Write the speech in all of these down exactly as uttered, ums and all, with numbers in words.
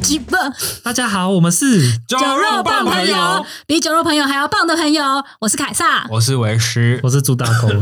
鸡巴。 大家好，我们是酒肉棒朋友，比酒肉朋友还要棒的朋友。我是凯撒， 我是维师， 我是朱大狗。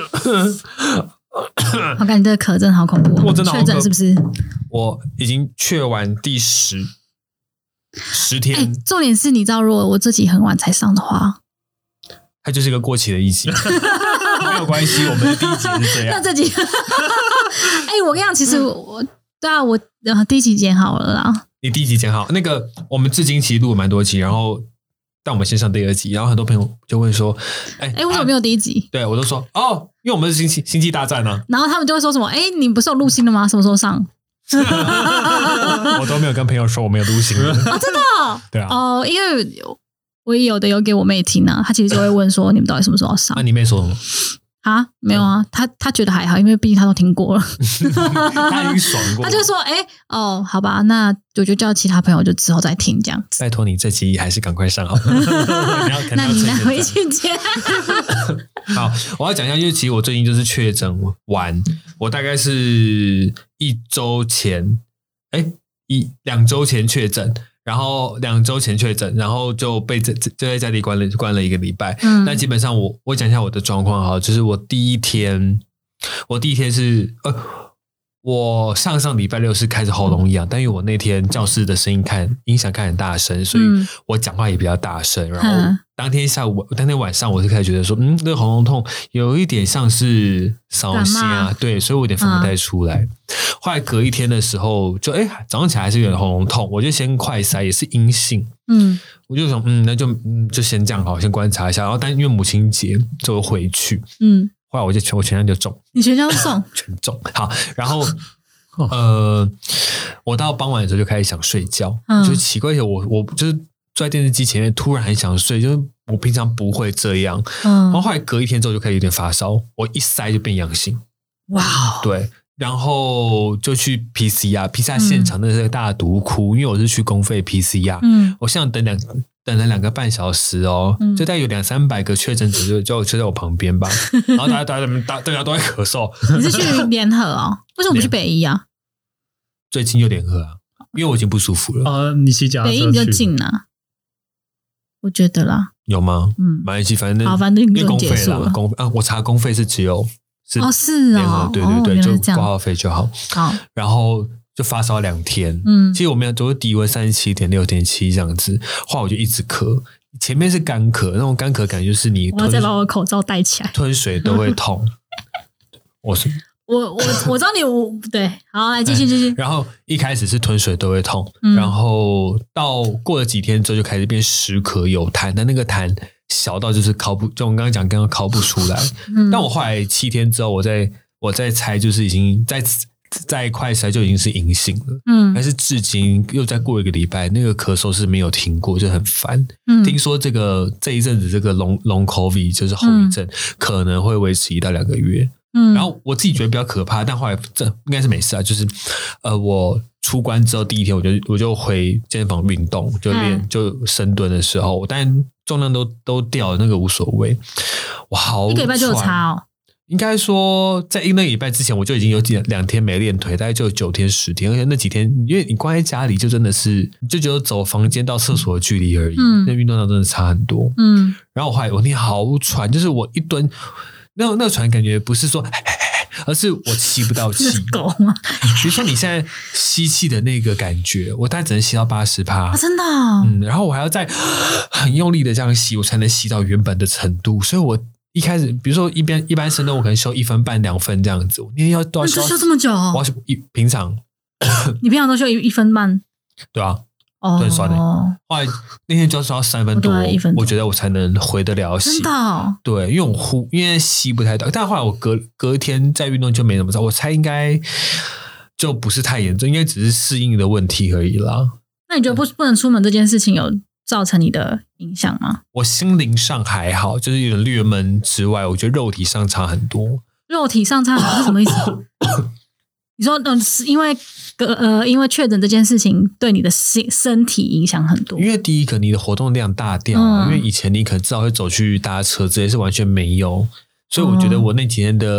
我感觉这个咳真的好恐怖， 我真的好确诊是不是？ 我已经确完第十十天、 欸。重点是，你知道，如果我这集很晚才上的话， 它就是一个过期的一集，没有关系，我们的第一集是这样。 那这集，哎、欸，我跟你讲，其实我对啊，我呃第一集剪好了啦。 你第一集剪好，那个我们至今其实录了蛮多集，然后但我们先上第二集，然后很多朋友就问说，哎、欸、 哎、欸，为什么没有第一集？ 啊、对我都说哦，因为我们是星际星际大战啊， 然后他们就会说什么，哎、欸，你不是有录新的吗？什么时候上？ 我都没有跟朋友说我没有录新的哦，真的、哦？ 对啊， 哦，因为我也有的有给我妹听啊，她其实就会问说，你们到底什么时候要上？ 那、啊、你妹说什么？ 啊，没有啊，他他觉得还好，因为毕竟他都听过了， 他已经爽过了。 他就说，哎、欸，哦，好吧，那我就叫其他朋友就之后再听这样子。 拜托你这期还是赶快上好了。你那你来回去接。 好，我要讲一下，因为其实我最近就是确诊完，我大概是一周前，哎，一两周前确诊。然后两周前确诊，然后就被在就在家里关了关了一个礼拜。嗯，那基本上我我讲一下我的状况哈，就是我第一天，我第一天是呃，我上上礼拜六是开始喉咙痒，但因为我那天教室的声音看音响看很大声，所以我讲话也比较大声。然后当天下午，当天晚上我是开始觉得说，嗯，这个喉咙痛有一点像是烧心啊，对，所以我有点分不太出来。嗯，后来隔一天的时候，就哎早上起来还是有点喉咙痛，我就先快筛，也是阴性。嗯，我就想，嗯，那就嗯就先这样好，先观察一下。然后，但因为母亲节就回去，嗯，后来我就全我全家就中， 你全家都中， 全中。好，然后呃，我到傍晚的时候就开始想睡觉，嗯，就奇怪，我我就是坐在电视机前面，突然很想睡，就是我平常不会这样。嗯，然后后来隔一天之后就开始有点发烧，我一筛就变阳性。哇，对。然后就去 P C R，P C R 现场那是个大毒窟，嗯，因为我是去公费 P C R，嗯，我现在等两等了两个半小时哦，嗯，就大概有两三百个确诊者就就就在我旁边吧，然后大家大家大大家都在咳嗽。 你是去联合哦？为什么不去北医啊？ 最近就联合啊，因为我已经不舒服了。 呃，你骑脚踏车去北医比较近啊，我觉得啦。 有吗？嗯，马来西亚反正好，反正因为公费了，公啊，我查公费是只有。 哦，是啊， 对对对， 哦， 就挂号费就好。好，然后就发烧两天，嗯，其实我们都是低温三十七点六点七这样子，后来我就一直咳，前面是干咳，那种干咳感觉就是你， 我要再把我口罩戴起来， 吞水都会痛。我是我我我知道你，我对，好，来继续继续。 然后一开始是吞水都会痛，嗯，然后到过了几天之后就开始变湿咳有痰，但那个痰小到就是考不，就我刚刚讲，刚刚考不出来。嗯，但我后来七天之后，我再我再猜，就是已经在在快筛就已经是阴性了。嗯，但是至今又再过一个礼拜，那个咳嗽是没有停过，就很烦。嗯，听说这个这一阵子这个 long long covid 就是后遗症，嗯，可能会维持一到两个月。嗯，然后我自己觉得比较可怕，但后来这应该是没事啊。就是呃，我出关之后第一天，我就我就回健身房运动，就练，嗯，就深蹲的时候，但重量都都掉了，那个无所谓。我好一个礼拜就有差哦。 应该说，在那个礼拜之前，我就已经有几两天没练腿，大概就有九天十天，而且那几天，因为你关在家里，就真的是你就只有走房间到厕所的距离而已，嗯，那运动量真的差很多。嗯，然后我后来我那天好喘，就是我一蹲。那那个喘感觉不是说，而是我吸不到气。 是狗吗？ 比如说你现在吸气的那个感觉，我大概只能吸到八十趴， 真的，哦。 嗯，然后我还要再很用力的这样吸，我才能吸到原本的程度。所以我一开始，比如说一边一般深蹲，我可能休一分半两分这样子，我那天要都要休休这么久，哦。 我要一平常， 你平常都休一一分半， 对啊。哦，对，酸的。后来那天就要三分多，我觉得我才能回得了血。 真的，哦？ 对，因为我呼，因为吸不太到。但后来我隔隔天再运动就没怎么着，我猜应该就不是太严重，应该只是适应的问题而已啦。 那你觉得不不能出门这件事情有造成你的影响吗？ 我心灵上还好，就是有点略闷之外，我觉得肉体上差很多。 肉体上差很多是什么意思？你说，嗯，是因为呃，因为确诊这件事情对你的身身体影响很多。 因为第一个，你的活动量大掉，嗯，因为以前你可能至少会走去搭车，这也是完全没有。所以我觉得我那几天的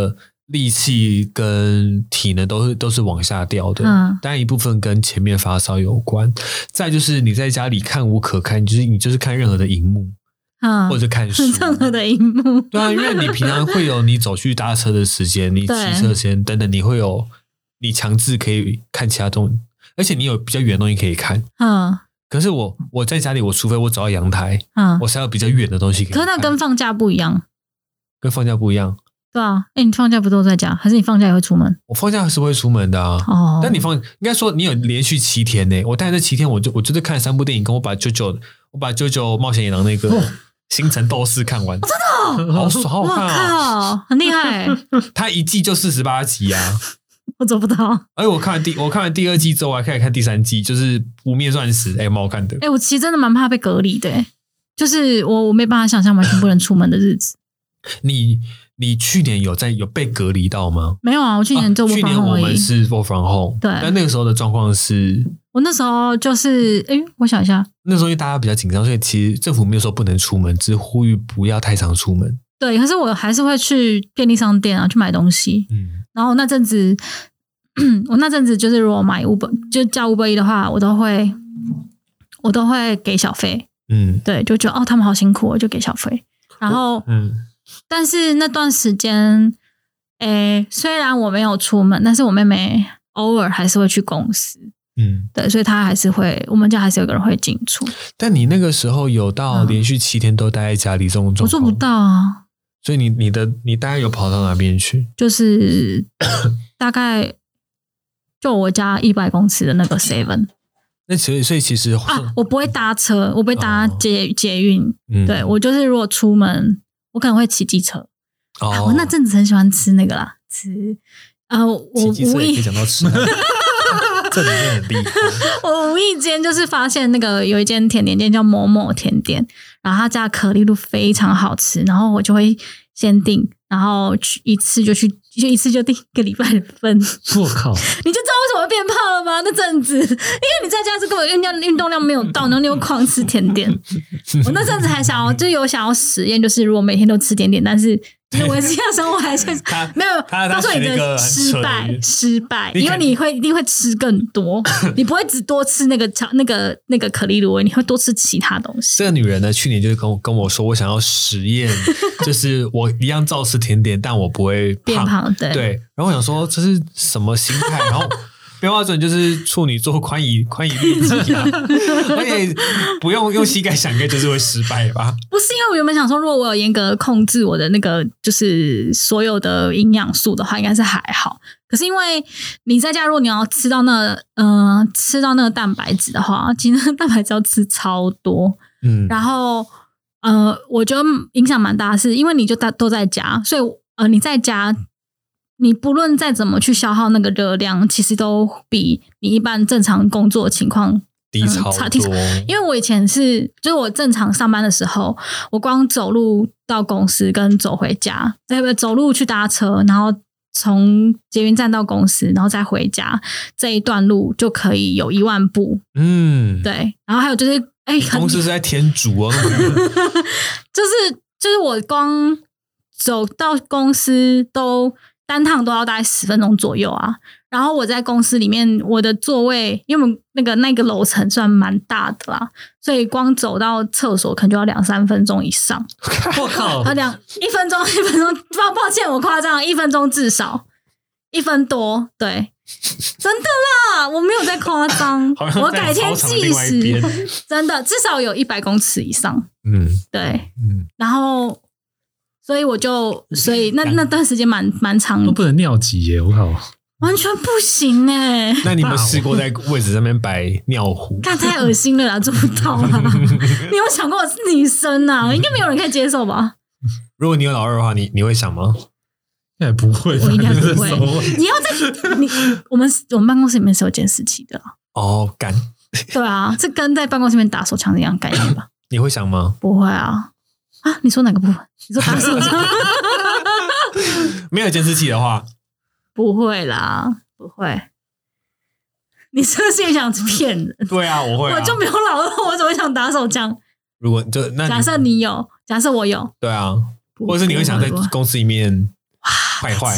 力气跟体能都是都是往下掉的， 嗯， 当然一部分跟前面发烧有关。再就是你在家里看无可看，就是你就是看任何的荧幕， 嗯， 或者看书， 任何的荧幕， 对啊，因为你平常会有你走去搭车的时间，你骑车时间等等，你会有你强制可以看其他东西，而且你有比较远的东西可以看， 嗯。 可是我我在家里，我除非我走到阳台， 嗯， 我才有比较远的东西可以看。 可是那跟放假不一样， 跟放假不一样。 对啊，哎，你放假不都在家，还是你放假也会出门？ 我放假是会出门的啊。 哦， 但你放应该说你有连续七天呢、欸，我大概这七天我就我就是看三部电影，跟我把九九我把九九冒险野狼那个星辰斗士看完， 哦、真的、哦， 好爽，好好看啊！靠，很厉害。 它一季就四十八集啊。 我做不到， 而且我看完第我看完第二季之后，我还开始看第三季，就是《无面钻石》，哎，蛮好看的。 哎，我其实真的蛮怕被隔离的，就是我我没办法想象完全不能出门的日子。 你你去年有在有被隔离到吗？ 没有啊，我去年就、 啊、去年我们是 work from home， 对， 但那个时候的状况是， 我那时候就是哎，我想一下， 那时候因为大家比较紧张，所以其实政府没有说不能出门，只是呼吁不要太常出门。 对，可是我还是会去便利商店啊去买东西， 嗯， 然后那阵子。我那阵子就是如果买 Uber 就叫 Uber E 的话，我都会我都会给小费，嗯，对，就觉得哦他们好辛苦，我就给小费。然后，嗯，但是那段时间，诶，虽然我没有出门，但是我妹妹偶尔还是会去公司，嗯，对，所以她还是会，我们家还是有个人会进出。 但你那个时候有到连续七天都待在家里这种状况？我做不到啊。 所以你你的你大概有跑到哪边去？ 就是大概。就我家一百公尺的那个 seven， 那所以所以其实啊，我不会搭车，我不会搭捷、哦、捷运，嗯、对我就是如果出门，我可能会骑机车。哦、啊，我那阵子很喜欢吃那个啦，吃呃，我无意讲到吃，这里面很厉害。 我无意间就是发现那个有一间甜点店叫某某甜点，然后他家可丽露非常好吃，然后我就会先订，然后去一次就去。就一次就订一个礼拜的分， 我靠！ 你就知道为什么会变胖了吗？那阵子，因为你在家是根本运动运动量没有到，然后你又狂吃甜点。我那阵子还想要，就有想要实验，就是如果每天都吃甜点，但是维持一下生活还是没有。告诉你的失败，失败，因为你会一定会吃更多，你不会只多吃那个那个那个可丽露，你会多吃其他东西。 这个女人呢，去年就是跟我跟我说，我想要实验，就是我一样照吃甜点，但我不会胖变胖。对, 对，然后我想说这是什么心态？然后标准就是处女座宽以宽以律己啊，而且不用用膝盖想，应该就是会失败吧？ 不是，因为我原本想说，如果我有严格控制我的那个就是所有的营养素的话，应该是还好。可是因为你在家，如果你要吃到那呃吃到那个蛋白质的话，其实蛋白质要吃超多，嗯，然后呃，我觉得影响蛮大的是，因为你就都在家，所以呃你在家。你不论再怎么去消耗那个热量，其实都比你一般正常工作的情况低超多。 因为我以前是，就是我正常上班的时候，我光走路到公司跟走回家，再走路去搭车，然后从捷运站到公司，然后再回家，这一段路就可以有一万步。嗯，对。然后还有就是，哎、欸， 公司是在天竺哦， 就是就是我光走到公司都。单趟都要大概十分钟左右啊，然后我在公司里面，我的座位，因为我们那个那个楼层算蛮大的啦，所以光走到厕所可能就要两三分钟以上。 我靠！ 啊，两一分钟，一分钟，抱抱歉，我夸张，一分钟至少一分多，对，真的啦，我没有在夸张，我改天计时，真的至少有一百公尺以上，嗯，对，嗯，然后。所以我就，所以那那段时间蛮蛮长， 都不能尿急耶！我靠， 完全不行哎！ 那你有没有试过在位置上面摆尿壶？ 看太恶心了啦，做不到啦！你有想过我是女生啊？应该没有人可以接受吧？ 如果你有老二的话，你你会想吗？ 应该不会， 我应该不会。你要在你我们我们办公室里面是有监视器的哦，干对啊，这跟在办公室里面打手枪一样概念吧？ 你会想吗？ 不会啊。啊，你说哪个部分？你说打手枪？ 没有监视器的话， 不会啦，不会。你是不是想骗人？ 对啊，我会、啊。 我就没有老二，我怎么会想打手枪？ 如果就那假设你有，假设我有， 对啊，或者是你会想在公司里面坏坏？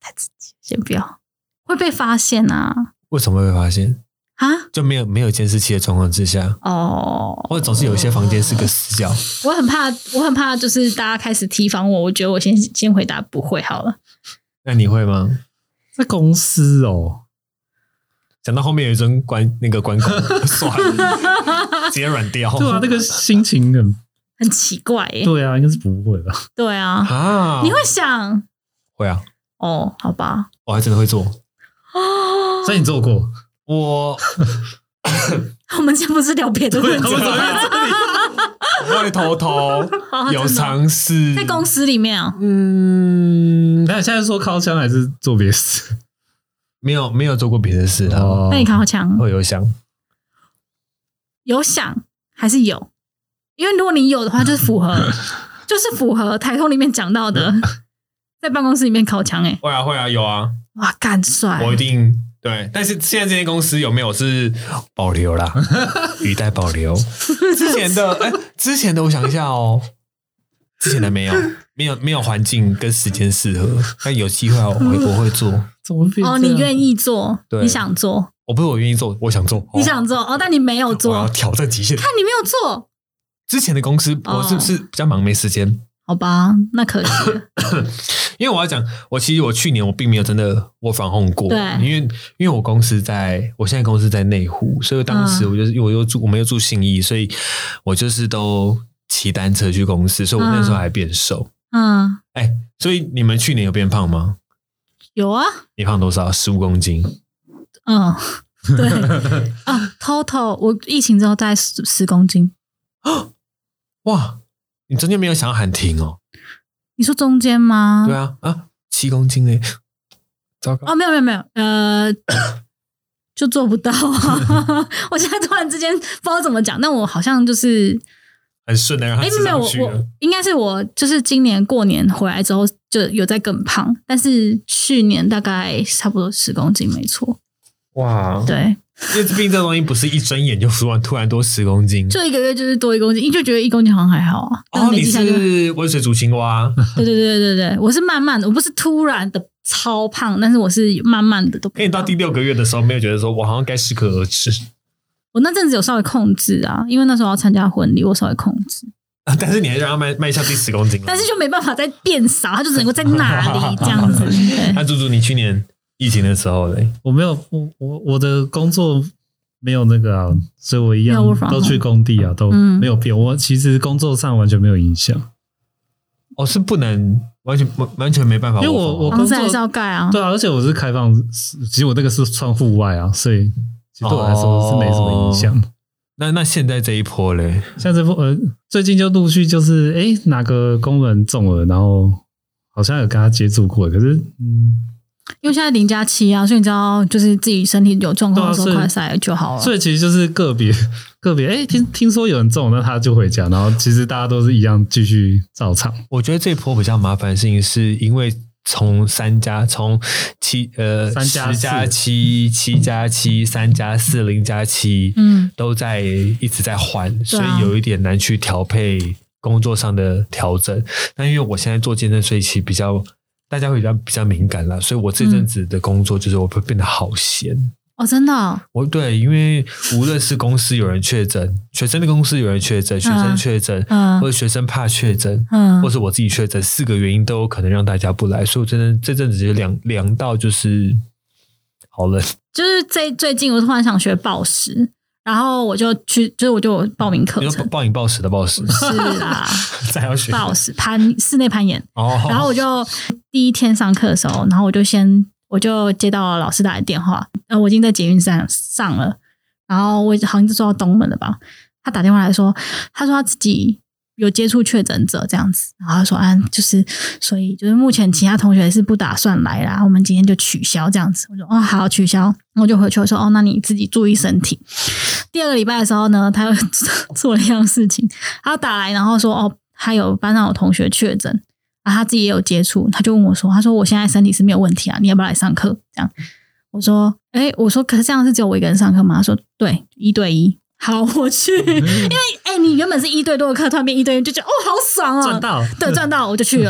太刺激，先不要，会被发现啊。 为什么会被发现啊？ 就没有没有监视器的状况之下哦， 或者总是有一些房间是个死角。 我很怕，我很怕，就是大家开始提防我，我觉得我先先回答不会好了。 那你会吗？ 在公司哦， 讲到后面有一尊关那个关公，算了，直接软掉。 对啊，那个心情很很奇怪耶。 对啊，应该是不会吧？ 对啊， 啊， 你会想？ 会啊。 哦，好吧， 我还真的会做。 哦， 所以你做过？ 我我们今天不是聊别的问题吗？ 我会偷偷有尝试在公司里面啊。 嗯， 那现在说靠枪还是做别的事？ 没有没有做过别的事啊。 哦， 那你靠枪会有想有想还是有？因为如果你有的话，就是符合，就是符合台通里面讲到的，在办公室里面靠枪。哎， 会啊会啊有啊， 哇，干帅！ 我一定对。但是现在这间公司有没有是保留啦？语带保留。之前的哎、欸，之前的我想一下哦，之前的没有，没有没有环境跟时间适合。但有机会我会我会做。 怎么变？ 哦，你愿意做，你想做， 我不是我愿意做，我想做。哦、 你想做哦，但你没有做， 我要挑战极限。 看你没有做。 之前的公司我是不是比较忙没时间？ 好吧，那可惜了。 因为我要讲，我其实我去年我并没有真的我防控过， 对， 因为因为我公司在我现在公司在内湖，所以当时我就是、嗯、因为我又住我们又住信义，所以我就是都骑单车去公司，所以我那时候还变瘦。嗯，哎、欸，所以你们去年有变胖吗？ 有啊。 你胖多少？十五公斤。 嗯，对啊 ，total 我疫情之后大概十十公斤。 哇！你中间没有想要喊停哦？ 你说中间吗？ 对啊，啊，七公斤嘞，糟糕！ 哦，没有没有没有，呃，就做不到啊！我现在突然之间不知道怎么讲，但我好像就是很顺的让它吃上去了。 没有，我应该是我就是今年过年回来之后就有在更胖，但是去年大概差不多十公斤，没错。 哇， 对。 因为病这东西不是一睁眼就突然突然多十公斤， 就一个月就是多一公斤，你就觉得一公斤好像还好啊。 哦，你是温水煮青蛙？ 对对对对对，我是慢慢的，我不是突然的超胖，但是我是慢慢的都。 可你到第六个月的时候，没有觉得说我好像该适可而止？ 我那阵子有稍微控制啊，因为那时候要参加婚礼，我稍微控制。 啊、但是你还让它迈迈向第十公斤了， 但是就没办法再变少，它就只能够在那里这样子。 那猪猪，你去年疫情的时候嘞？ 我没有，我我我的工作没有那个啊，所以我一样都去工地啊，都没有变。我其实工作上完全没有影响。 哦，是不能完全完全没办法， 因为我我工作还是要盖啊。 对啊，而且我是开放，其实我那个是算户外啊，所以其实对我来说是没什么影响。哦、 那那现在这一波嘞？ 像这波呃，最近就陆续就是哎哪个工人中了，然后好像有跟他接触过，可是嗯。 因为现在零加七啊，所以你知道，就是自己身体有状况的时候快筛就好了。 所以其实就是个别个别，哎，听听说有人中，那他就回家，然后其实大家都是一样继续照常。 我觉得这一波比较麻烦的事情，是因为从三加从七呃三加十加七七加七三加四零加七，嗯，都在一直在换，啊、所以有一点难去调配工作上的调整。但因为我现在做健身，所以其实比较。大家会比较比较敏感啦，所以我这阵子的工作就是我会变得好闲哦，真的、哦。 我对，因为无论是公司有人确诊，学生的公司有人确诊，学生确诊，嗯、或者学生怕确诊，嗯，或是我自己确诊，四个原因都有可能让大家不来，所以我真的这阵子就凉凉到就是好冷。 就是这最近我突然想学暴食。然后我就去，就是我就报名课程， 暴饮暴食的暴食是啦， 再要学暴食攀室内攀岩。 哦， 然后我就第一天上课的时候，然后我就先我就接到老师打来电话，呃，我已经在捷运站上了，然后我好像就坐到东门了吧，他打电话来说，他说他自己有接触确诊者这样子，然后他说啊，就是所以就是目前其他同学是不打算来啦，我们今天就取消这样子。我说哦好取消，然后我就回去我说哦，那你自己注意身体。第二个礼拜的时候呢，他又做了一样事情，他打来然后说哦，他有班上有同学确诊，啊他自己也有接触，他就问我说，他说我现在身体是没有问题啊，你要不要来上课？这样我说哎，我说可是这样是只有我一个人上课吗？他说对，一对一。好，我去，因为哎、欸，你原本是一对多的课，突然变一对一，就觉得哦，好爽哦， 赚到， 对，赚到，我就去了。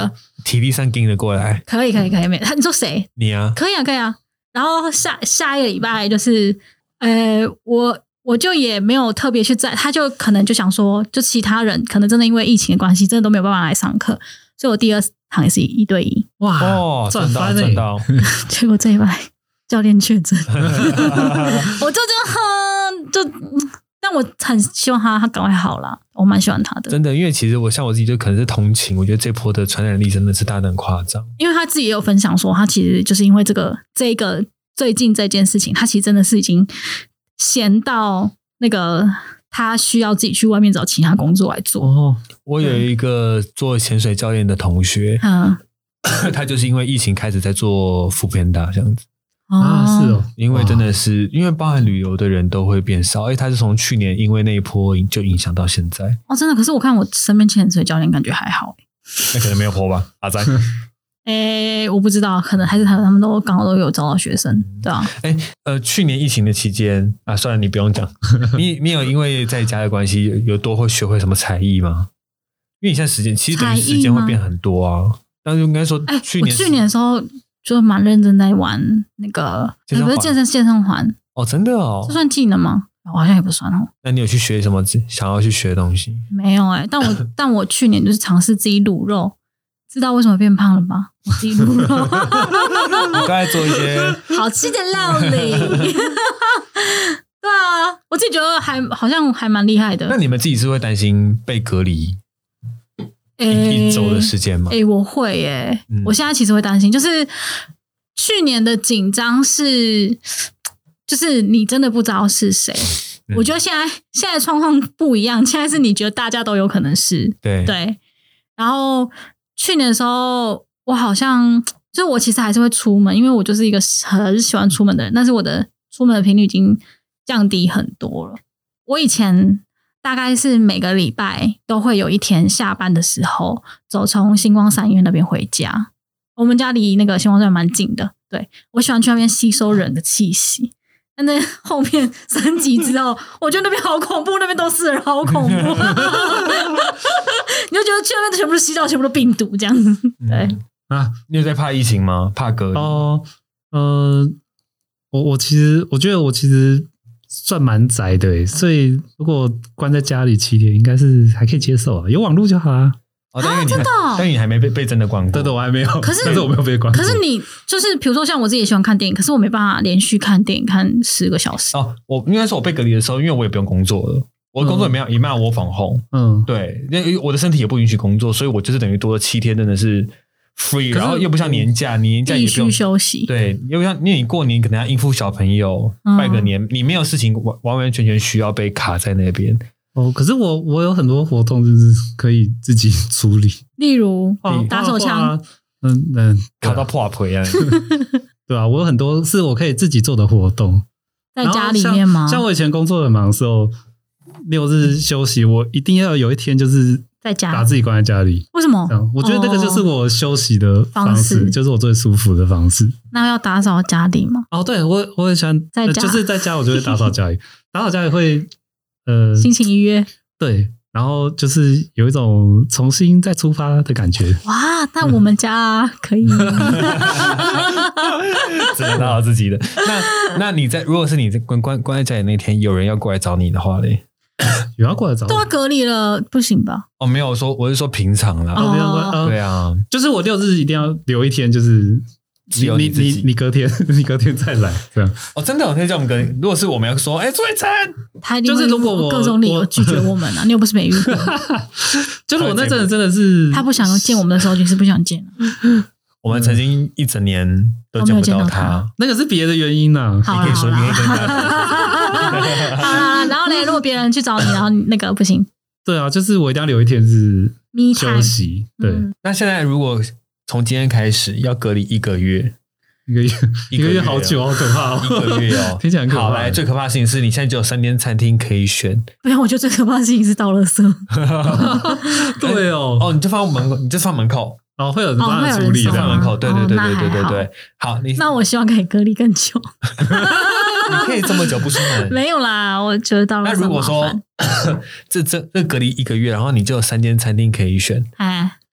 体力上跟得过来？ 可以可以可以，没你说谁？ 你啊？ 可以啊可以啊。然后下下一个礼拜就是，呃，我我就也没有特别去在，他就可能就想说，就其他人可能真的因为疫情的关系，真的都没有办法来上课，所以我第二堂也是一对一。 哇哦，赚到赚到！ 结果这一拜教练确诊，我就就就。但我很希望他他赶快好啦，我蛮喜欢他的。 真的，因为其实我像我自己就可能是同情，我觉得这波的传染力真的是大得很夸张。 因为他自己也有分享说，他其实就是因为这个这个最近这件事情，他其实真的是已经闲到那个他需要自己去外面找其他工作来做。 哦， 我有一个做潜水教练的同学， 嗯， 他就是因为疫情开始在做foodpanda这样子。 啊，是哦， 因为真的是因为包含旅游的人都会变少，而且他是从去年因为那一波就影响到现在。 哦，真的，可是我看我身边潜水教练感觉还好， 那可能没有坡吧？阿仔， 诶，我不知道，可能还是他他们都刚好都有找到学生，对啊。 诶，呃，去年疫情的期间啊，算了，你不用讲，你你有因为在家的关系有多会学会什么才艺吗？因为你现在时间其实等于时间会变很多啊，但是应该说去年我去年的时候。就蛮认真在玩那个，也不是健身健身环哦，真的哦， 这算技能吗？我好像也不算哦。 那你有去学什么想要去学的东西？ 没有哎、欸，但我但我去年就是尝试自己卤肉，知道为什么变胖了吗？我自己卤肉， 你刚才做一些好吃的料理，对啊，我自己觉得还好像还蛮厉害的。 那你们自己是会担心被隔离？ 欸、 一周的时间吗？ 哎、欸，我会耶、欸嗯，我现在其实会担心，就是去年的紧张是，就是你真的不知道是谁。嗯、我觉得现在现在状况不一样，现在是你觉得大家都有可能是， 对对。然后去年的时候，我好像就是我其实还是会出门，因为我就是一个很喜欢出门的人，但是我的出门的频率已经降低很多了。我以前。大概是每个礼拜都会有一天下班的时候走从星光三院那边回家，我们家离那个星光三院蛮近的，对，我喜欢去那边吸收人的气息。但是后面升级之后，我觉得那边好恐怖，那边都是人，好恐怖。你就觉得去那边全部都吸到全部都病毒这样子，对、 嗯、啊，你有在怕疫情吗？怕隔离？ 哦，呃，我我其实我觉得我其实。算蛮宅的诶，所以如果关在家里七天，应该是还可以接受啊，有网络就好啊。 哦，但因为你真的、哦， 但你还没被被真的关过， 对对，我还没有。 可是， 但是我没有被关过。 可是你就是，比如说像我自己也喜欢看电影，可是我没办法连续看电影看十个小时。 哦，我应该说我被隔离的时候，因为我也不用工作了，我的工作也没有也没有我from home，嗯，对，因为我的身体也不允许工作，所以我就是等于多了七天，真的是。free， 然后又不像年假，你年假也不用必须休息。 对，又不像因为你过年可能要应付小朋友、嗯、拜个年，你没有事情完完完全全需要被卡在那边。 哦，可是我我有很多活动就是可以自己处理， 例如、哦、打手枪， 嗯嗯， 卡到破皮啊， 对啊，我有很多是我可以自己做的活动， 在家里面吗？ 像, 像我以前工作很忙的时候，六日休息，我一定要有一天就是。 在家把自己关在家里， 为什么？ 我觉得那个就是我休息的方式， 方式就是我最舒服的方式。 那要打扫家里吗？ 哦，对，我我很喜欢在家、呃，就是在家我就会打扫家里，打扫家里会呃心情愉悦， 对，然后就是有一种重新再出发的感觉。 哇，那我们家、啊、可以，只能打扫自己的。那那你在如果是你在关关关在家里那天，有人要过来找你的话嘞？ 有要过来找我， 都要隔离了，不行吧？ 哦，没有说，我是说平常啦。 哦， 哦对啊， 就是我六日一定要留一天，就是你你你你隔天你隔天再来这样。 哦，真的有天叫我们隔，如果是我们要说，哎、欸，朱一晨， 他一定就是如果我各种理由拒绝我们啊，你又不是没遇过。 就是我那阵子真的是他不想见我们的时候，就是不想见了。 我们曾经一整年都见不到他， 那个是别的原因呐、 啊。 你可以说，你可以跟他。 好啦，然后呢？如果别人去找你，然后那个不行。 对啊，就是我一定要留一天是休息。对、嗯， 那现在如果从今天开始要隔离一个月， 一个月，一个月好久，好可怕哦！ 一个月哦， 听起来很可怕。 好，来，最可怕的事情是你现在只有三间餐厅可以选。 不要，我觉得最可怕的事情是倒垃圾。 对哦， 哦，你就放门口，你就放门口。 哦，会有人帮他处理在门口，对对对对对对对。 哦、 好，你那我希望可以隔离更久。 你可以这么久不出门？ 没有啦，我觉得到了。 那如果说这这这隔离一个月，然后你就有三间餐厅可以选， 哎，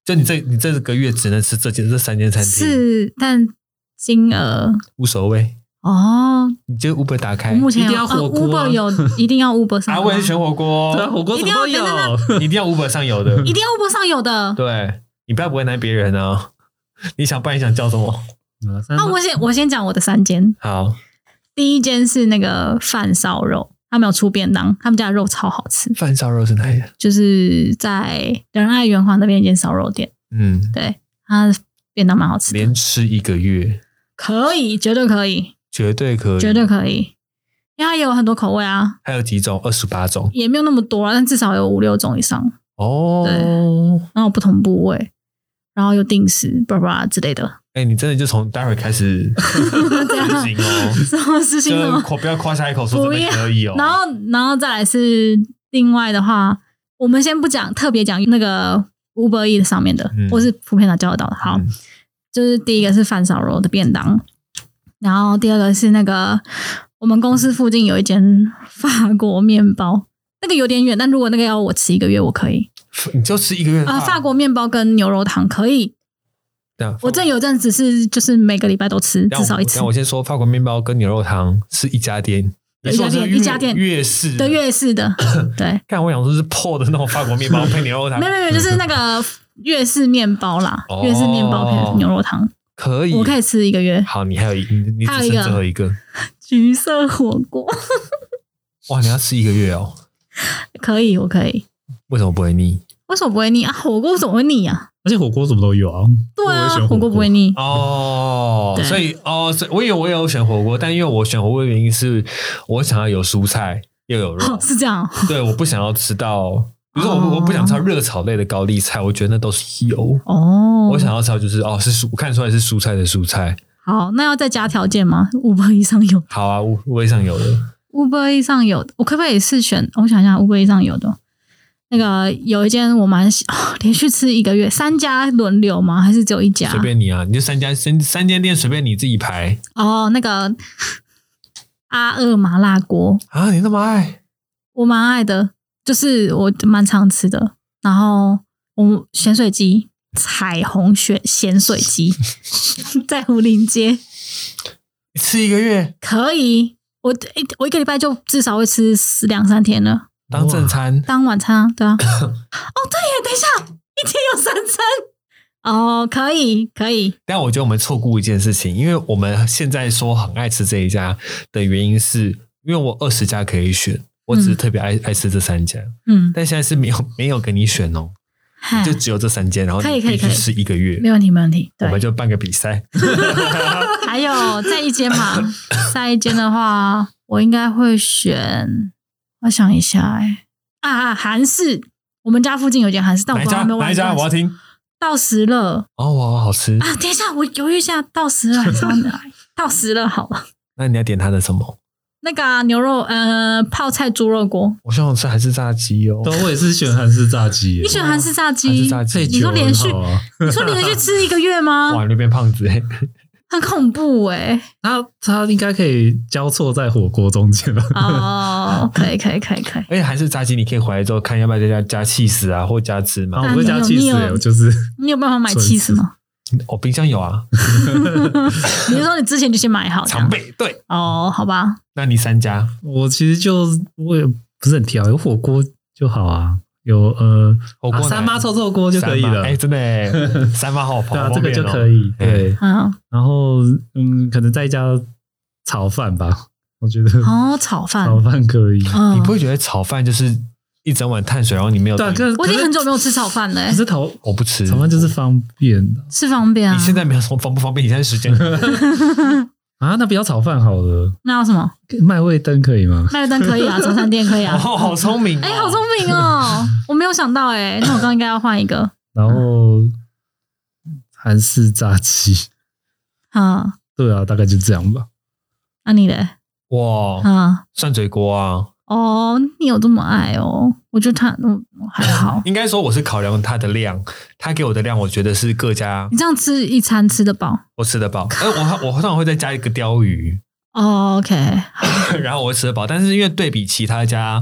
就你这你这个月只能吃这间这三间餐厅， 是，但金额无所谓哦。 你就 Uber 打开， 我目前一定要火锅啊呃、Uber 有一定要 Uber 上啊， 的吗， 我也是选火锅， 对啊，火锅什么都一定要有。 一定要 Uber 上有的， 一定要 Uber 上有的。 对，你不要为难别人啊！你想不然你想叫什么？ 那我先我先讲我的三间。 好， 第一间是那个饭烧肉，他们有出便当，他们家的肉超好吃。 饭烧肉是哪里的？ 就是在仁爱圆环那边一间烧肉店， 嗯， 对，它的便当蛮好吃的， 连吃一个月， 可以，绝对可以， 绝对可以， 绝对可以，因为它也有很多口味啊， 还有几种？二十八种也没有那么多啦，但至少有五六种以上。 哦。 对然后不同部位，然后有定时，叭叭之类的。 哎、你真的就从待会开始实行哦， 什么事情就吗？ 口不要夸下一口说真的可以哦。 然后，然后再来是另外的话，我们先不讲，特别讲那个 Uber E 上面的， 嗯或是普遍的教导的。好， 嗯就是第一个是饭烧肉的便当，然后第二个是那个我们公司附近有一间法国面包，那个有点远，但如果那个要我吃一个月，我可以你就吃一个月的啊、 话法国面包跟牛肉汤可以。 对啊我这有阵子是就是每个礼拜都吃，至少一次但。我先说，法国面包跟牛肉汤是一家店，你说的是一家店粤式对粤式的，对， 看我想说是破的那种法国面包配牛肉汤， 没有没有，就是那个粤式面包啦， 哦粤式面包配牛肉汤， 可以， 我可以吃一个月。 好，你还有一，你你只剩还有一个最后一个， 橘色火锅哇，你要吃一个月哦？ 可以，我可以。 为什么不会腻？ 为什么不会腻啊？火锅怎么会腻啊？ 而且火锅什么都有啊。 对啊我也喜欢， 火锅不会腻。 哦， 对所以哦，所以我以为我有选火锅，但因为我选火锅的原因是我想要有蔬菜又有肉， 哦，是这样。 对，我不想要吃到，比如说我、 哦我不想吃到热炒类的高丽菜，我觉得那都是油。 哦， 我想要吃到就是哦，是蔬，我看出来是蔬菜的蔬菜。 好，那要再加条件吗？Uber E 上有好啊，我微上有的， ，Uber E 上有的，我可不可以是选？我想一下，Uber E 上有的那个有一间我蛮喜、哦，连续吃一个月，三家轮流吗？还是只有一家？ 随便你啊，你就三家三三间店随便你自己排哦，那个阿二麻辣锅， 啊，你那么爱。 我蛮爱的，就是我蛮常吃的。然后我咸水鸡，彩虹咸咸水鸡，在湖林街你吃一个月可以。我一我一个礼拜就至少会吃两三天了， 当正餐， 当晚餐啊，对啊。哦，对耶，等一下，一天有三餐。哦，可以可以， 但我觉得我们错估一件事情，因为我们现在说很爱吃这一家的原因是，因为我二十家可以选，我只是特别爱、嗯、爱吃这三家， 嗯， 但现在是没有没有给你选哦，就只有这三间，然后你必须吃一个月， 没问题没问题， 我们就办个比赛。 还有再一间嘛，下一间的话，我应该会选，我想一下、欸，哎啊，韩式，我们家附近有间韩式，但我不知道有没有哪一家？我要听。 到时乐哦，哇，好吃啊！等一下，我犹豫一下，到时乐还是要哪？到时乐好了。 那你要点它的什么？ 那个、啊、牛肉，呃，泡菜猪肉锅。 我想吃韩式炸鸡哦。 对，我也是选韩式炸鸡。 你选韩式炸鸡？ 韩式炸鸡， 你说连续？ 啊、 你说连续吃一个月吗？ 哇，你变胖子哎！ 很恐怖哎、欸！ 它它应该可以交错在火锅中间吧？ 哦，可以可以可以可以。 而且韩式炸鸡，你可以回来之后看要不要再加加起司啊，或加芝麻。 我不会加起司，我就是你有办法买起司吗？ 我、哦、冰箱有啊。 你是说你之前就先买好？ 常备对。 哦，好吧。 那你三家？ 我其实就我也不是很挑，有火锅就好啊。有呃， 火锅、 啊、三妈臭臭锅就可以了。 哎、欸，真的哎，三妈好跑， 对啊，这个就可以。对， 嗯， 然后嗯，可能再加炒饭吧，我觉得哦，炒饭， 炒饭可以。 嗯、 你不会觉得炒饭就是一整碗碳水，然后你没有？ 对、啊， 我已经很久没有吃炒饭了、欸。 可是炒我不吃， 炒饭就是方便的， 是方便啊。 你现在没有什么方不方便？你现在时间啊，那不要炒饭好了。 那要什么？ 麦味登可以吗？ 麦味登可以啊，早餐店可以啊。 哦，好聪明、哦！ 哎、欸，好聪明哦！我没有想到哎、欸，那我刚刚应该要换一个。 然后韩式炸鸡， 啊， 对啊，大概就这样吧。 那、啊、你嘞？ 哇， 啊， 涮嘴锅啊！ 哦，你有这么爱哦？我觉得他嗯还好。 应该说我是考量它的量，他给我的量，我觉得是各家。 你这样吃一餐吃得饱？ 我吃得饱，哎，我我通常会再加一个鲷鱼。 哦 ，OK， 然后我会吃得饱，但是因为对比其他家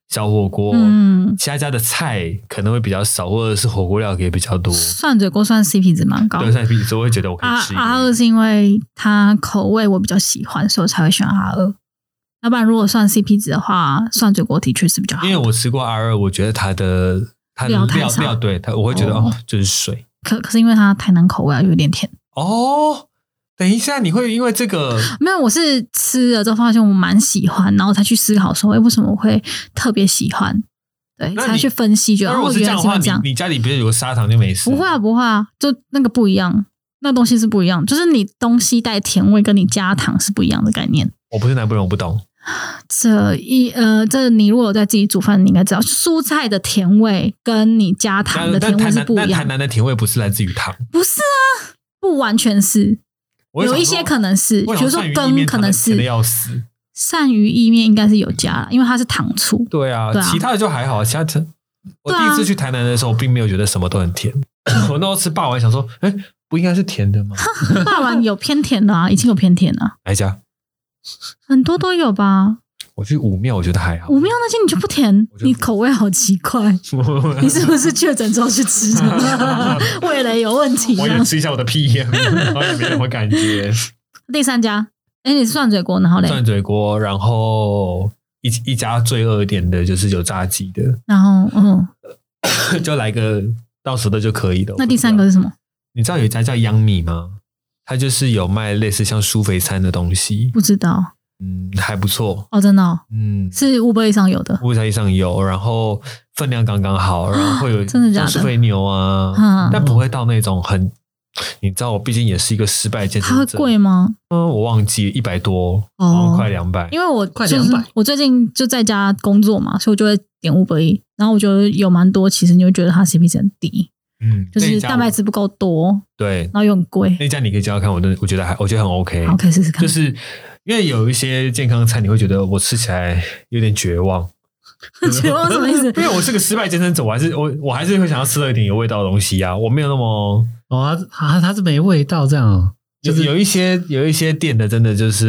小火锅， 嗯， 其他家的菜可能会比较少，或者是火锅料也比较多。 涮嘴锅算 C P 值蛮高的， 对，算 C P 值我会觉得我可以吃一个。 阿二是因为它口味我比较喜欢，所以我才会选阿二。要不然如果算 C P 值的话，涮嘴锅的确是比较好。 因为我吃过阿二，我觉得它的它的料料料对它，我会觉得 哦, 哦就是水。 可可是因为它台南口味有点甜哦。等一下，你会因为这个没有？我是吃了之后发现我蛮喜欢，然后才去思考说，哎，为什么我会特别喜欢？对，才去分析，觉得哦，原来是这样。 你家里不是有个砂糖就没事？ 不会啊，不会啊，就那个不一样，那东西是不一样，就是你东西带甜味，跟你加糖是不一样的概念。 我不是南部人，我不懂。 这一呃，这你如果有在自己煮饭，你应该知道，蔬菜的甜味跟你加糖的甜味是不一样。 但台南的甜味不是来自于糖？ 不是啊，不完全是。有一些可能是，比如说羹可能是， 要死。 鳝鱼意面应该是有加，因为它是糖醋。 对啊，对啊，其他的就还好。其他的，我第一次去台南的时候，并没有觉得什么都很甜。我那时候吃霸王，想说，哎，不应该是甜的吗？ 霸王有偏甜的啊，已经有偏甜了。 哪一家？ 很多都有吧。 我去武庙，我觉得还好。 武庙那些你就不甜，你口味好奇怪。你是不是确诊之后去吃的？味蕾有问题、啊？ 我也吃一下我的屁眼，好像没什么感觉。 第三家，哎，你是涮嘴锅，然后嘞？ 涮嘴锅，然后一一家罪恶一点的，就是有炸鸡的。 然后，嗯， 就来个到手的就可以了。 那第三个是什么？ 你知道有一家叫央米吗？它就是有卖类似像舒肥餐的东西。 不知道。 嗯，还不错哦，真的、哦， 嗯， 是五百以上有的， 五百以上有，然后分量刚刚好，然后会有真的假的舒肥牛啊、嗯，但不会到那种很，你知道，我毕竟也是一个失败健身者， 它会贵吗？ 嗯，我忘记一百多， 哦， 快两百， 因为我快两百， 我最近就在家工作嘛，所以我就会点五百，然后我觉得有蛮多，其实你会觉得它 C P 值很低。嗯，就是蛋白质不够多， 对， 然后又很贵。 那家你可以教教看，我的我觉得还我觉得很 OK， 好，可以试试看。 就是因为有一些健康餐，你会觉得我吃起来有点绝望。 绝望什么意思？ 因为我是个失败健身者，我还是我我还是会想要吃到一点有味道的东西啊。我没有那么哦，它它是没味道这样、哦， 就是有一些有一些店的真的就是，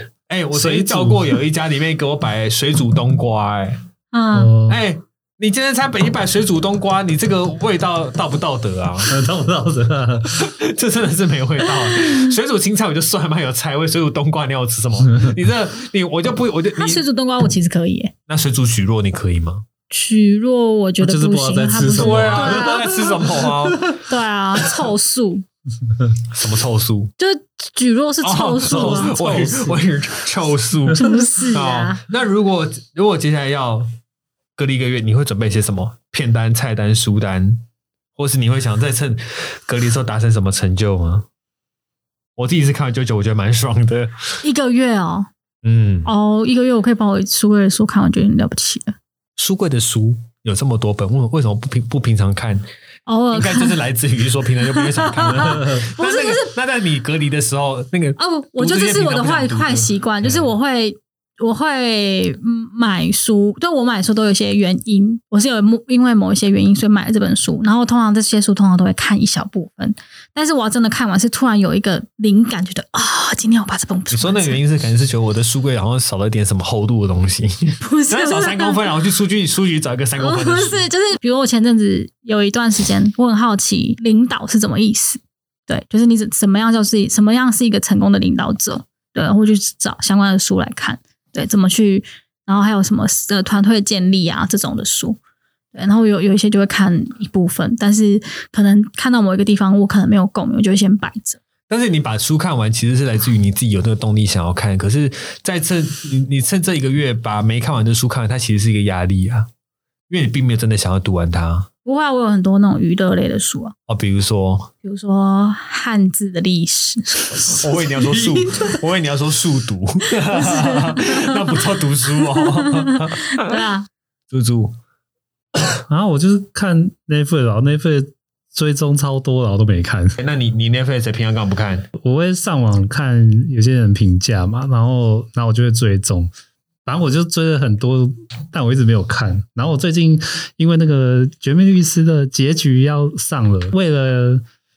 哎、欸，我曾经叫过有一家里面给我摆水煮冬瓜、欸，哎，嗯，哎、欸。你今天才摆一摆水煮冬瓜，你这个味道道不道德啊？ 道不道德、啊？ 这真的是没味道、啊。水煮青菜我就算蛮有菜味，水煮冬瓜你要我吃什么？你这你我就不我就那水煮冬瓜我其实可以耶。 那水煮蒟蒻你可以吗？ 蒟蒻我觉得不行， 就是不知道在吃什么、 啊，不知道在吃什么啊？ 对啊，臭素。 什么臭素？ 就是蒟蒻是臭素啊！ 我我也是臭素， 不是啊？ 那如果如果接下来要隔离一个月，你会准备些什么片单、菜单、书单，或是你会想再趁隔离的时候达成什么成就吗？我第一次看完九九，我觉得蛮爽的。 一个月哦， 嗯， 哦，一个月我可以把我书柜的书看完，觉得很了不起了。 书柜的书有这么多本，为为什么不平不平常看？ 偶尔应该就是来自于说平常就不会想看了。 不是不是， 那在你隔离的时候，那个哦，我觉得这是我的坏坏习惯，就是我会。我会买书，对我买书都有一些原因，我是有因为某一些原因所以买了这本书，然后通常这些书通常都会看一小部分，但是我要真的看完是突然有一个灵感，觉得啊、哦，今天我把这本书。 你说那个原因是可能是觉得我的书柜好像少了点什么厚度的东西， 不是少三公分，然后去书局书局找一个三公分的书。 不是，就是比如我前阵子有一段时间，我很好奇领导是怎么意思，对，就是你什么样就是什么样是一个成功的领导者，对，然后去找相关的书来看。对，怎么去，然后还有什么呃团队建立啊这种的书，对，然后有有一些就会看一部分，但是可能看到某一个地方我可能没有共鸣，我就会先摆着。 但是你把书看完，其实是来自于你自己有那个动力想要看。可是在这你你趁这一个月把没看完的书看完，它其实是一个压力啊，因为你并没有真的想要读完它。 不会，我有很多那种娱乐类的书啊， 哦，比如说， 比如说汉字的历史。 我以为你要说速，我以为你要说速读，那不叫读书哦。 对啊， 猪猪， 然后我就是看 Netflix， 然后 Netflix 追踪超多，然后都没看。 那你你 Netflix 平常干嘛不看？ 我会上网看有些人评价嘛，然后然后我就会追踪。反正我就追了很多，但我一直没有看。然后我最近因为那个《绝命律师》的结局要上了，为了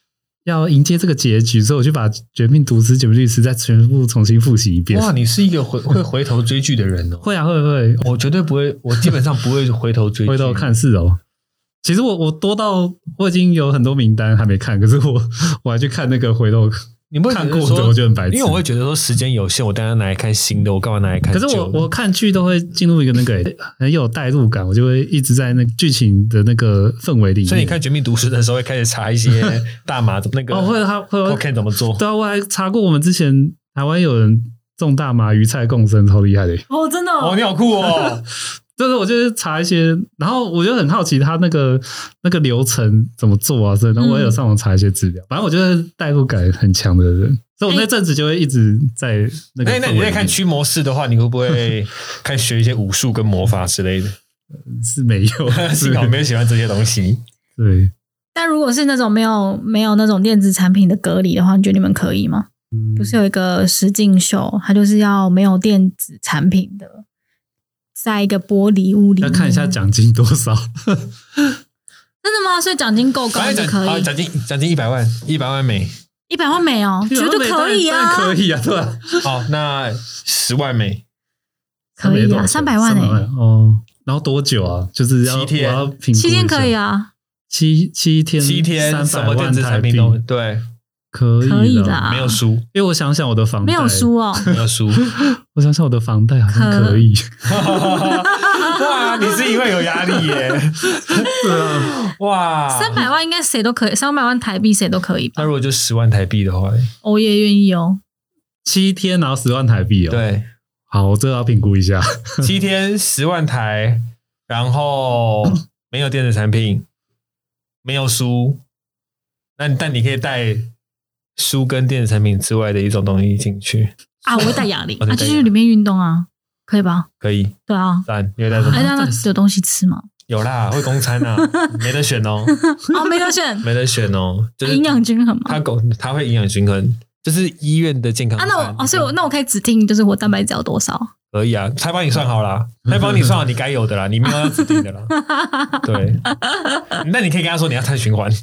要迎接这个结局，所以我就把《绝命毒师》《绝命律师》再全部重新复习一遍。 哇，你是一个回会回头追剧的人哦。 会啊，会会， 我绝对不会，我基本上不会回头追剧， 回头看是哦。其实我我多到我已经有很多名单还没看，可是我我还去看那个回头。 你不会看过的，我觉得很白痴， 因为我会觉得说时间有限，我当然拿来看新的，我干嘛拿来看旧的？ 可是我我看剧都会进入一个那个很有代入感，我就会一直在那个剧情的那个氛围里面。 所以你看《绝命毒师》的时候，会开始查一些大麻怎么那个哦，会他会 cocaine 怎么做？ 对啊，我还查过，我们之前台湾有人种大麻，鱼菜共生，超厉害的哦，真的哦，你好酷哦！ 就是我就是查一些，然后我就很好奇他那个那个流程怎么做啊，所以然后我也有上网查一些资料。嗯、反正我觉得代入感很强的人，所以我那阵子就会一直在那个。 那那你在看驱魔士的话，你会不会开始学一些武术跟魔法之类的？ 是没有， 幸好没有喜欢这些东西。 对。 但如果是那种没有没有那种电子产品的隔离的话，你觉得你们可以吗？嗯、不是有一个实境秀，它就是要没有电子产品的。在一个玻璃屋里面， 要看一下奖金多少。 真的吗？所以奖金够高就可以。 奖金奖金一百万，一百万美， 一百万美哦，绝对可以啊， 可以啊，对吧？ 好，那十万美可以啊，三百万哎、欸、 哦。然后多久啊？就是要七天， 我要评估七天可以啊， 七七天， 七天三百万台币， 对。 可以, 可以啦， 没有输， 因为我想想我的房贷没有输哦， 没有输。 我想想我的房贷好像可以。 哇，你是因为有压力耶？ 对啊， 哇， 三百万应该谁都可以，三百万台币谁都可以吧？ 那如果就十万台币的话， 我也愿意哦。 七天然后十万台币哦， 对， 好，我这要评估一下。 七天十万台，然后没有电子产品，没有书，那但你可以带。书跟电子产品之外的一种东西进去啊，我会带哑铃哦、 啊，就去里面运动啊，可以吧？ 可以， 对啊， 赞，你会带什么？ 哎，那有东西吃吗？ 有啦，会供餐啊，没得选哦， 哦，没得选， 没得选哦，就是营养均衡嘛， 它狗它会营养均衡，就是医院的健康啊，那我哦，所以我那我可以指定，就是我蛋白质要多少？ 可以啊，他帮你算好啦，他帮你算好你该有的啦，你没有要指定的啦。对，那你可以跟他说你要碳循环。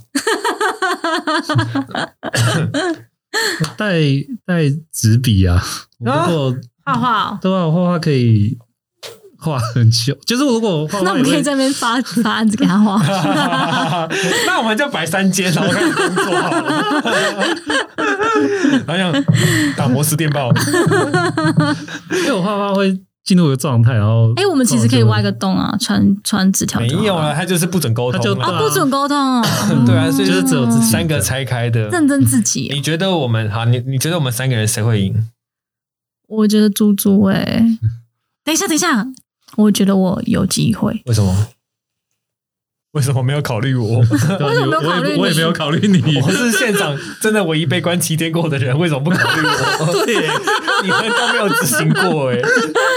带带纸笔啊，如果画画， 对啊，我画画可以画很久，就是如果画画， 那我们可以在那边发发案子给他画。 那我们就摆三间，然后开始工作好了。好像打摩斯电报， 因为我画画会进入一个状态，然后哎、欸，我们其实可以挖一个洞啊，传传纸条。 没有了，他就是不准沟通， 他就啊，不准沟通哦。 对啊，所以就是只有自己三个拆开的， 认真自己。 你觉得我们好？你你觉得我们三个人谁会赢？ 我觉得猪猪哎，等一下，等一下，我觉得我有机会。 为什么？为什么没有考虑我？ 为什么没有考虑你？ 我也没有考虑你。 我是现场真的唯一被关七天过的人，为什么不考虑我？ 对， 你们都没有执行过哎。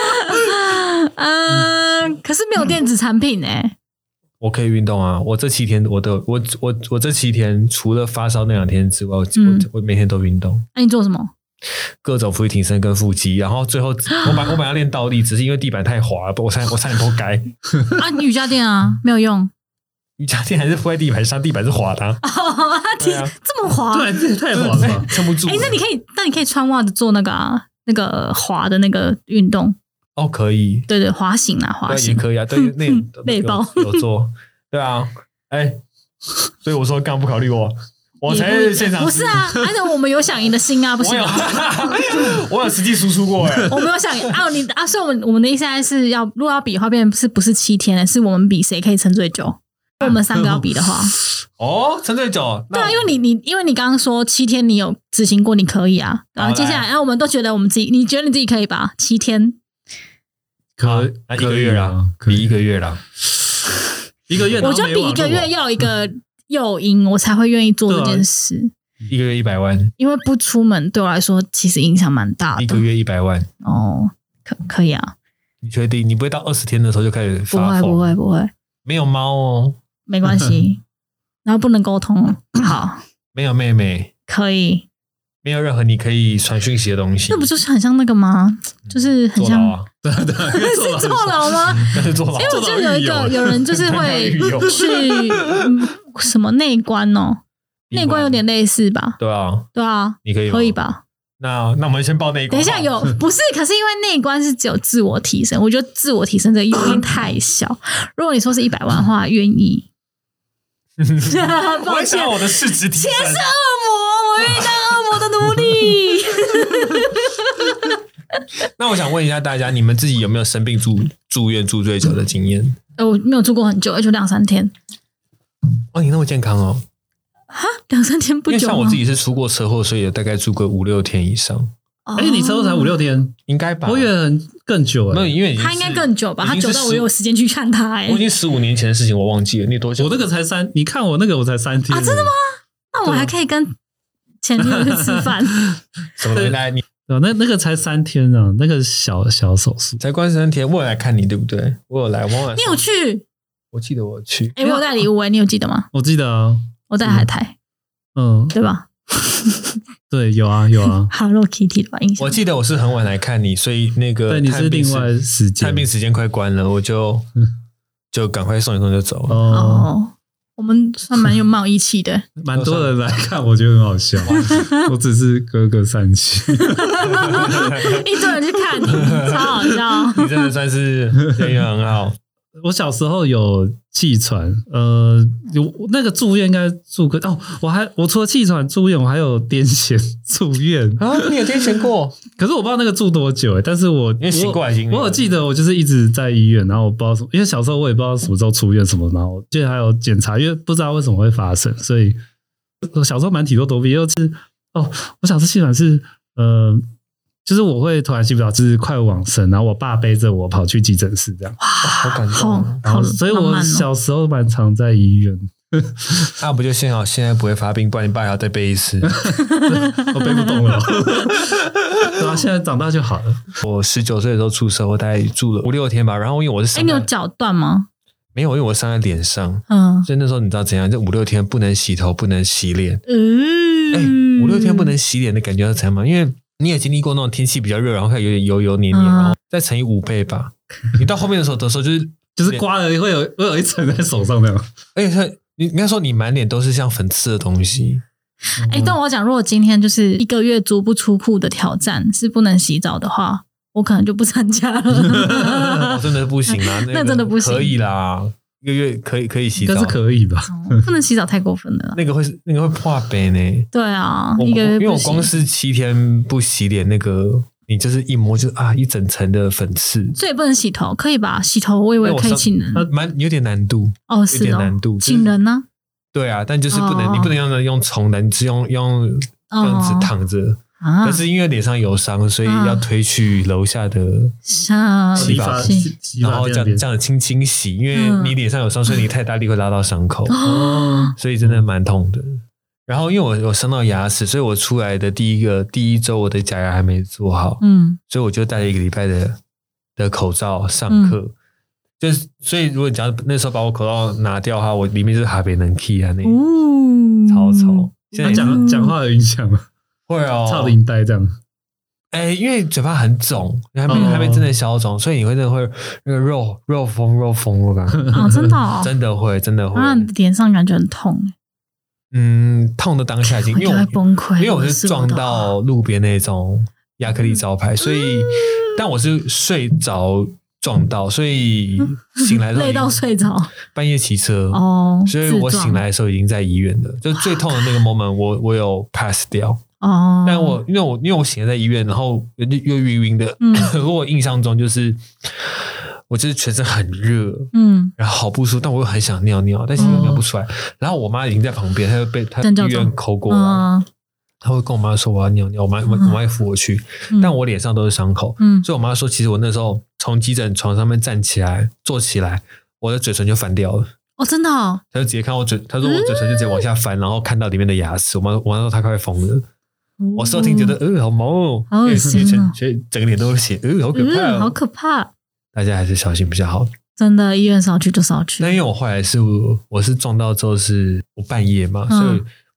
嗯，可是没有电子产品哎。 我可以运动啊！我这七天，我都我我我这七天，除了发烧那两天之外，我、嗯、我, 我每天都运动。 那、啊、你做什么？ 各种俯卧挺身跟腹肌，然后最后我本我本来要练倒立，只是因为地板太滑了，我差我差点脱该。 啊，你瑜伽垫啊，没有用。 瑜伽垫还是铺在地板上，地板是滑的、啊。 哦，对啊，这么滑， 对，这也太滑了， 撑不住。 哎、欸，那你可以，那你可以穿袜子做那个啊，那个滑的那个运动。 哦，可以。 对对，滑行啊，滑行也可以啊。对，那背包有, 有做。对啊，哎、欸，所以我说刚不考虑我。我才是现场， 不是啊，而且我们有想赢的心啊，不行吗？ 我有, 我有实际输出过哎、欸， 我没有想赢啊，你啊，所以我们我们的意思还是要，如果要比的话，变成是不是七天，是我们比谁可以撑最久。我们三个要比的话， 哦，撑最久， 对啊，因为你你因为你刚刚说七天你有执行过，你可以啊，然后接下来，然后我们都觉得我们自己，你觉得你自己可以吧？七天， 可啊，一个月啦，比一个月啦， 一个月， 我就比一个月要一个。诱因我才会愿意做这件事、 啊。一个月一百万， 因为不出门对我来说其实影响蛮大的。 一个月一百万哦，可可以啊？ 你确定？你不会到二十天的时候就开始发疯？ 不会不会不会， 没有猫哦， 没关系。然后不能沟通，好， 没有妹妹， 可以， 没有任何你可以传讯息的东西。 那不就是很像那个吗？就是很像， 啊、 对对， 是坐牢吗？ 是坐牢。 因为我记得有一个有人就是会去、嗯、什么内关哦， 内关有点类似吧？ 对啊， 对啊， 你可以吗可以吧？ 那那我们先报内关。 等一下有不是？可是因为内关是只有自我提升，我觉得自我提升这个诱因太小。如果你说是一百万的话，愿意。 我想我的市值提升。 钱是恶魔，我愿意当恶魔的奴隶。 那我想问一下大家，你们自己有没有生病住住院住最久的经验？ 呃，我没有住过很久，就两三天。 哦，你那么健康哦？ 哈，两三天不久吗？ 因为像我自己是出过车祸，所以有大概住过五六天以上。 哎、欸，你车祸才五六天， 应该吧？ 我以为更久哎、 欸，没有，因为他应该更久吧？他久到我有时间去看他哎、欸。 我已经十五年前的事情，我忘记了。你多久？ 我那个才三，你看我那个我才三天啊？真的吗？那我还可以跟前女友去吃饭。 什么东西来？你那那个才三天啊，那个小小手术才关三天。我有来看你，对不对？我有来，我有来。 你有去？ 我记得我有去。 哎、欸，我有带礼物哎、欸，你有记得吗？ 我记得啊， 我带海苔， 嗯， 对吧？ 对，有啊有啊 ，Hello Kitty 的吧？印象我记得我是很晚来看你，所以那个对你是另外时间， 探病时间快关了，我就就赶快送一送就走了。 哦，我们算蛮有蛮有义气的， 蛮多人来看，我觉得很好笑。我只是哥哥散气， 一堆人去看你，超好笑。 你真的算是人缘很好。 我小时候有气喘，呃，有那个住院应该住个哦，我还我除了气喘住院，我还有癫痫住院啊，你有癫痫过？ 可是我不知道那个住多久哎、欸，但是我因为醒过来经历， 我有记得我就是一直在医院，然后我不知道什么，因为小时候我也不知道什么时候出院什么，然后记得还有检查，因为不知道为什么会发生，所以我小时候蛮体弱多病，又是哦，我小时候气喘是呃。就是我会突然吸不到，就是快往生，然后我爸背着我跑去急诊室，这样， 哇， 好感动。 然后， 所以我小时候蛮常在医院。 那、啊、不就幸好现在不会发病，不然你爸还要再背一次， 我背不动了。对啊，现在长大就好了。 我十九岁的时候出社会，大概住了五六天吧。然后因为我是伤， 哎、欸，你有脚断吗？ 没有，因为我伤在脸上。 嗯， 所以那时候你知道怎样？这五六天不能洗头，不能洗脸。 嗯， 哎、欸，五六天不能洗脸的感觉是怎样吗？因为你也经历过那种天气比较热，然后开始有点油油黏黏，嗯、然后再乘以五倍吧。你到后面的时候，的时候就是就是刮了会有会有一层在手上那样， 而且它你应该说你满脸都是像粉刺的东西。 哎、欸，但我讲，如果今天就是一个月足不出户的挑战是不能洗澡的话，我可能就不参加了。 我真的不行啦，那, 那真的不行， 可以啦。一个月可以可以洗澡， 但是可以吧？ 哦、不能洗澡太过分了。 那个会那个会破杯呢。 对啊， 一个月因为我光是七天不洗脸，那个你就是一摸就啊一整层的粉刺。 所以不能洗头，可以吧？洗头我以为可以请人， 蛮有点难度哦，是哦， 有点难度， 请人呢、啊？ 对啊，但就是不能， 哦、 你不能用用冲的，你只用用这样子躺着。啊、但是因为脸上有伤，所以要推去楼下的洗发室，然后这样这样轻轻洗，因为你脸上有伤，所以你太大力会拉到伤口， 哦， 所以真的蛮痛的。然后因为我我伤到牙齿，所以我出来的第一个第一周我的假牙还没做好， 嗯， 所以我就戴了一个礼拜的的口罩上课。嗯，就是所以如果你只要那时候把我口罩拿掉的话，我里面就是哈贝能 key 啊那个， 哦， 超丑。现在讲讲话有影响吗？ 会哦， 超领带这样。 哎、欸，因为嘴巴很肿，还没、哦、还没真的消肿，所以你会真的会那个肉肉风肉风我感觉哦，真的、哦， 真的会真的会， 那脸上感觉很痛。 嗯，痛的当下已经，因为我崩溃， 因为我是撞到路边那种亚克力招牌，所以、嗯、但我是睡着撞到，所以醒来的时候累到睡着， 半夜骑车哦， 所以我醒来的时候已经在医院了，就最痛的那个 moment， 我我有 pass 掉。 哦， 但我因为我因为我醒来在医院，然后又又晕晕的，嗯，我印象中就是我就是全身很热，嗯，然后好不舒服，但我又很想尿尿，但是又尿不出来。哦、然后我妈已经在旁边，她就被她医院扣过来，嗯、她会跟我妈说我要尿尿，我妈、嗯、我妈会扶我去，嗯、但我脸上都是伤口，嗯，所以我妈说，其实我那时候从急诊床上面站起来坐起来，我的嘴唇就翻掉了。 哦，真的哦， 她就直接看我嘴，她说我嘴唇就直接往下翻，嗯、然后看到里面的牙齿，我妈我妈说她快疯了。我收听觉得呃好毛哦， 好恶心哦， 所以整个脸都是血，呃好可怕、哦嗯，好可怕！ 大家还是小心比较好。 真的，医院少去就少去。 那因为我后来是我是撞到之后是我半夜嘛，嗯、所以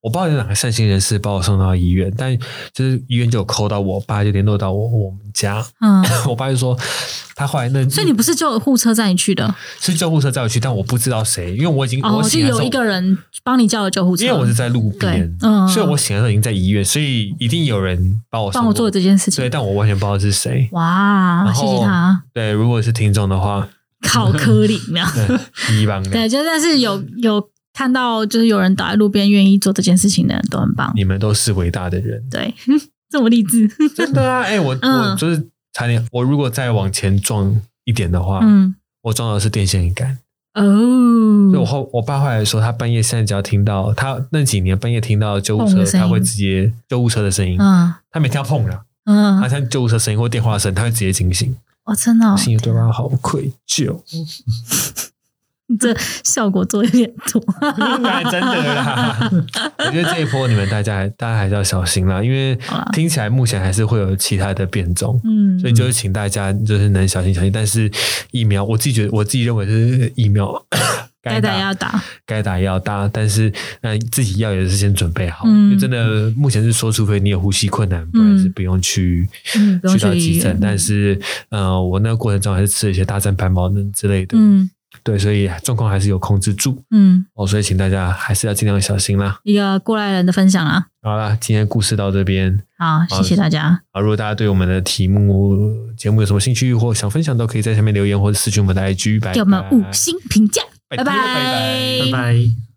我不知道有哪个善心人士把我送到医院，但就是医院就有call到我爸，就联络到我我们家。嗯，我爸就说他后来那， 所以你不是救护车载你去的？ 是救护车载我去，但我不知道谁，因为我已经哦， 我就有一个人帮你叫了救护车， 因为我是在路边，嗯，所以我醒来的时候已经在医院，所以一定有人帮我帮我做这件事情。 对，但我完全不知道是谁。 哇，谢谢他。 对，如果是听众的话， 靠科里那样， 一帮对，就但是有有看到就是有人倒在路边愿意做这件事情的人都很棒， 你们都是伟大的人。 对，这么励志， 真的啊！哎、欸，我、嗯、我就是差点，我如果再往前撞一点的话，嗯，我撞到的是电线杆。哦，所以我后我爸后来说，他半夜现在只要听到他那几年半夜听到救护车，他会直接救护车的声音，嗯，他每天要碰了，嗯，他听救护车声音或电话声，他会直接惊醒。 哦，真的、哦， 心里对他好愧疚。 你这效果做有点多， 真的啦！我觉得这一波你们大家大家还是要小心啦，因为听起来目前还是会有其他的变种，嗯，所以就是请大家就是能小心小心。但是疫苗，我自己觉得我自己认为是疫苗该打要打， 该打要打，但是呃自己药也是先准备好，嗯、因为真的目前是说，除非你有呼吸困难，不然是不用去、嗯、去到急诊。但是呃，我那个过程中还是吃了一些大正盘保之类的，嗯。对，所以状况还是有控制住，嗯，哦，所以请大家还是要尽量小心啦。 一个过来人的分享啦。 好啦，今天故事到这边， 好，谢谢大家。 好，如果大家对我们的题目节目有什么兴趣或想分享，都可以在下面留言或者私讯我们的 I G， 给我们五星评价， 拜拜，拜拜， 拜拜。